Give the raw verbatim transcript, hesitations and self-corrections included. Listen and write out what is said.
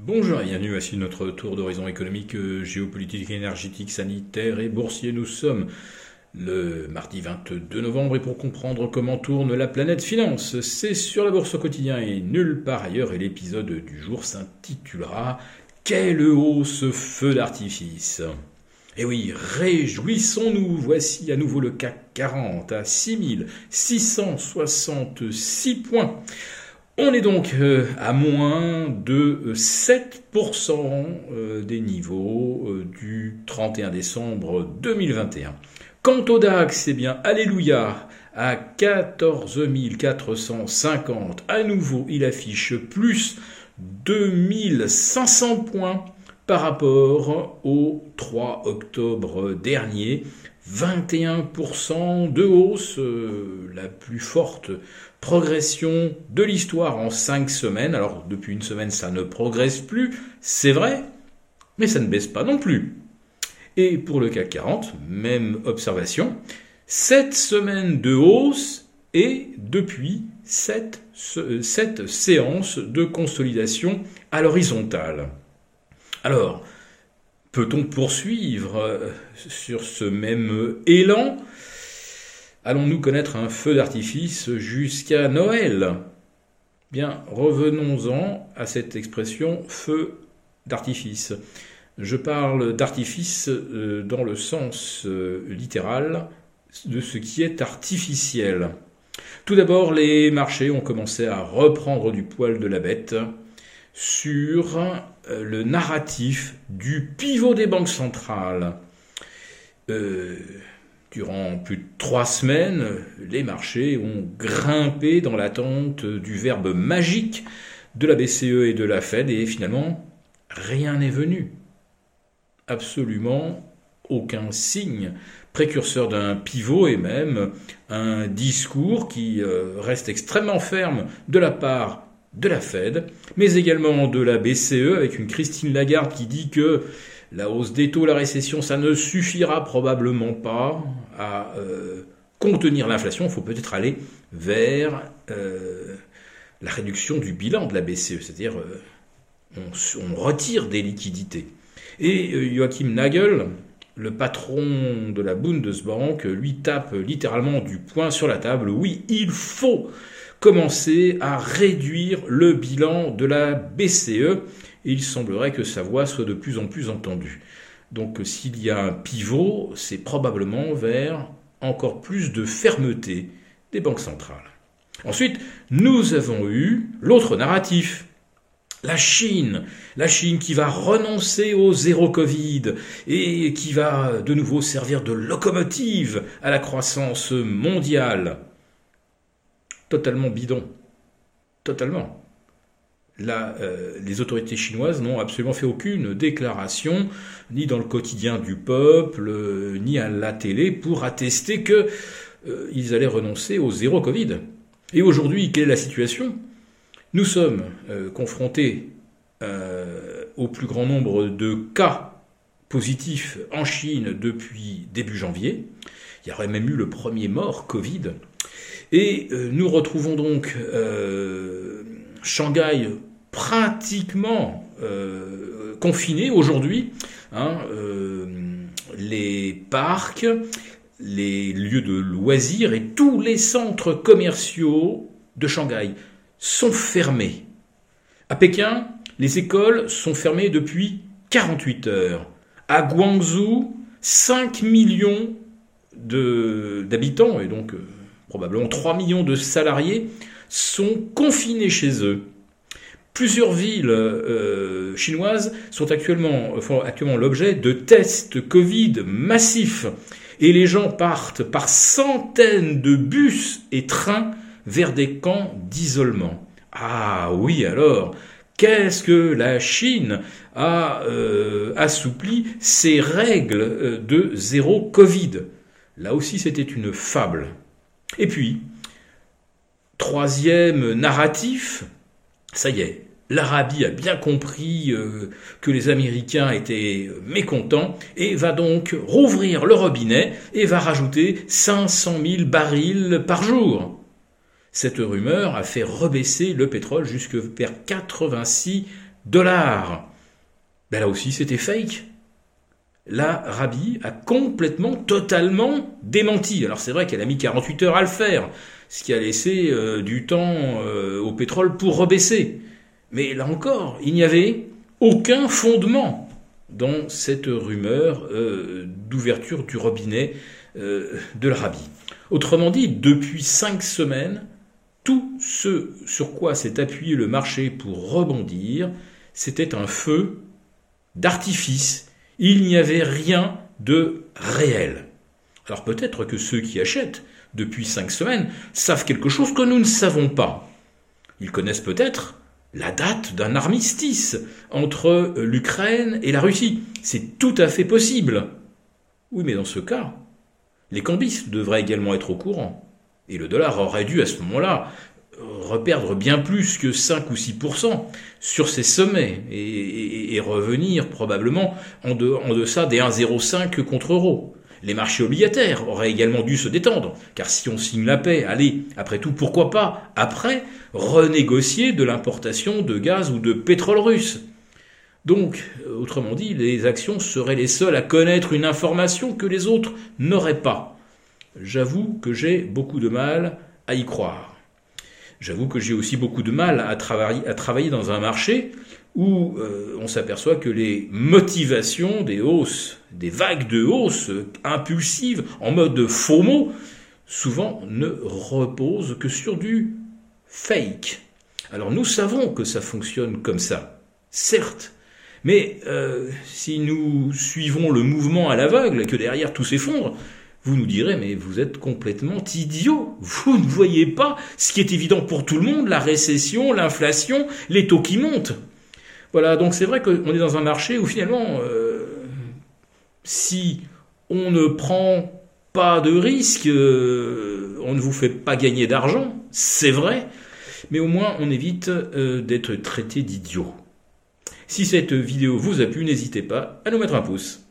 Bonjour et bienvenue à notre tour d'horizon économique, euh, géopolitique, énergétique, sanitaire et boursier. Nous sommes le mardi vingt-deux novembre et pour comprendre comment tourne la planète finance, c'est sur la bourse au quotidien et nulle part ailleurs et l'épisode du jour s'intitulera « Quelle hausse feu d'artifice ?» Et oui, réjouissons-nous, voici à nouveau le C A C quarante à six mille six cent soixante-six points. On est donc euh, à moins de sept pour cent euh, des niveaux euh, du trente et un décembre deux mille vingt et un. Quant au DAX, eh bien, alléluia, à quatorze mille quatre cent cinquante, à nouveau, il affiche plus deux mille cinq cents points par rapport au trois octobre dernier. vingt et un pour cent de hausse, euh, la plus forte progression de l'histoire en cinq semaines. Alors depuis une semaine ça ne progresse plus, c'est vrai, mais ça ne baisse pas non plus. Et pour le C A C quarante, même observation, sept semaines de hausse et depuis sept séances de consolidation à l'horizontale. Alors, peut-on poursuivre sur ce même élan ? Allons-nous connaître un feu d'artifice jusqu'à Noël ? Bien, revenons-en à cette expression feu d'artifice. Je parle d'artifice dans le sens littéral de ce qui est artificiel. Tout d'abord, les marchés ont commencé à reprendre du poil de la bête sur le narratif du pivot des banques centrales. Euh, durant plus de trois semaines, les marchés ont grimpé dans l'attente du verbe magique de la B C E et de la Fed et finalement, rien n'est venu. Absolument aucun signe précurseur d'un pivot et même un discours qui reste extrêmement ferme de la part de la Fed, mais également de la B C E, avec une Christine Lagarde qui dit que la hausse des taux, la récession, ça ne suffira probablement pas à euh, contenir l'inflation. Il faut peut-être aller vers euh, la réduction du bilan de la B C E, c'est-à-dire euh, on, on retire des liquidités. Et euh, Joachim Nagel, le patron de la Bundesbank, lui tape littéralement du poing sur la table. Oui, il faut commencer à réduire le bilan de la B C E. Et il semblerait que sa voix soit de plus en plus entendue. Donc s'il y a un pivot, c'est probablement vers encore plus de fermeté des banques centrales. Ensuite, nous avons eu l'autre narratif. La Chine, la Chine qui va renoncer au zéro Covid et qui va de nouveau servir de locomotive à la croissance mondiale. Totalement bidon. Totalement. Là, euh, les autorités chinoises n'ont absolument fait aucune déclaration, ni dans le quotidien du peuple, euh, ni à la télé, pour attester qu'ils euh, allaient renoncer au zéro Covid. Et aujourd'hui, quelle est la situation ? Nous sommes euh, confrontés euh, au plus grand nombre de cas positifs en Chine depuis début janvier. Il y aurait même eu le premier mort Covid. Et euh, nous retrouvons donc euh, Shanghai pratiquement euh, confiné aujourd'hui. Hein, euh, les parcs, les lieux de loisirs et tous les centres commerciaux de Shanghai sont fermés. À Pékin, les écoles sont fermées depuis quarante-huit heures. À Guangzhou, cinq millions de, d'habitants, et donc euh, probablement trois millions de salariés, sont confinés chez eux. Plusieurs villes euh, chinoises sont actuellement, font actuellement l'objet de tests Covid massifs. Et les gens partent par centaines de bus et trains vers des camps d'isolement. Ah oui, alors, qu'est-ce que la Chine a euh, assoupli ses règles de zéro Covid ? Là aussi, c'était une fable. Et puis, troisième narratif, ça y est, l'Arabie a bien compris euh, que les Américains étaient mécontents et va donc rouvrir le robinet et va rajouter cinq cent mille barils par jour. Cette rumeur a fait rebaisser le pétrole jusque vers quatre-vingt-six dollars. Ben là aussi, c'était fake. L'Arabie a complètement, totalement démenti. Alors c'est vrai qu'elle a mis quarante-huit heures à le faire, ce qui a laissé euh, du temps euh, au pétrole pour rebaisser. Mais là encore, il n'y avait aucun fondement dans cette rumeur euh, d'ouverture du robinet euh, de l'Arabie. Autrement dit, depuis cinq semaines, tout ce sur quoi s'est appuyé le marché pour rebondir, c'était un feu d'artifice. Il n'y avait rien de réel. Alors peut-être que ceux qui achètent depuis cinq semaines savent quelque chose que nous ne savons pas. Ils connaissent peut-être la date d'un armistice entre l'Ukraine et la Russie. C'est tout à fait possible. Oui, mais dans ce cas, les cambistes devraient également être au courant. Et le dollar aurait dû à ce moment-là reperdre bien plus que cinq ou six pour cent sur ses sommets et, et, et revenir probablement en, de, en deçà des un virgule zéro cinq contre euro. Les marchés obligataires auraient également dû se détendre, car si on signe la paix, allez, après tout, pourquoi pas, après, renégocier de l'importation de gaz ou de pétrole russe. Donc, autrement dit, les actions seraient les seules à connaître une information que les autres n'auraient pas. J'avoue que j'ai beaucoup de mal à y croire. J'avoue que j'ai aussi beaucoup de mal à travailler, à travailler dans un marché où euh, on s'aperçoit que les motivations des hausses, des vagues de hausses impulsives, en mode FOMO, souvent ne reposent que sur du fake. Alors nous savons que ça fonctionne comme ça, certes, mais euh, si nous suivons le mouvement à l'aveugle et que derrière tout s'effondre, vous nous direz, mais vous êtes complètement idiot. Vous ne voyez pas ce qui est évident pour tout le monde, la récession, l'inflation, les taux qui montent. Voilà, donc c'est vrai qu'on est dans un marché où finalement, euh, si on ne prend pas de risque, euh, on ne vous fait pas gagner d'argent, c'est vrai, mais au moins on évite euh, d'être traité d'idiot. Si cette vidéo vous a plu, n'hésitez pas à nous mettre un pouce.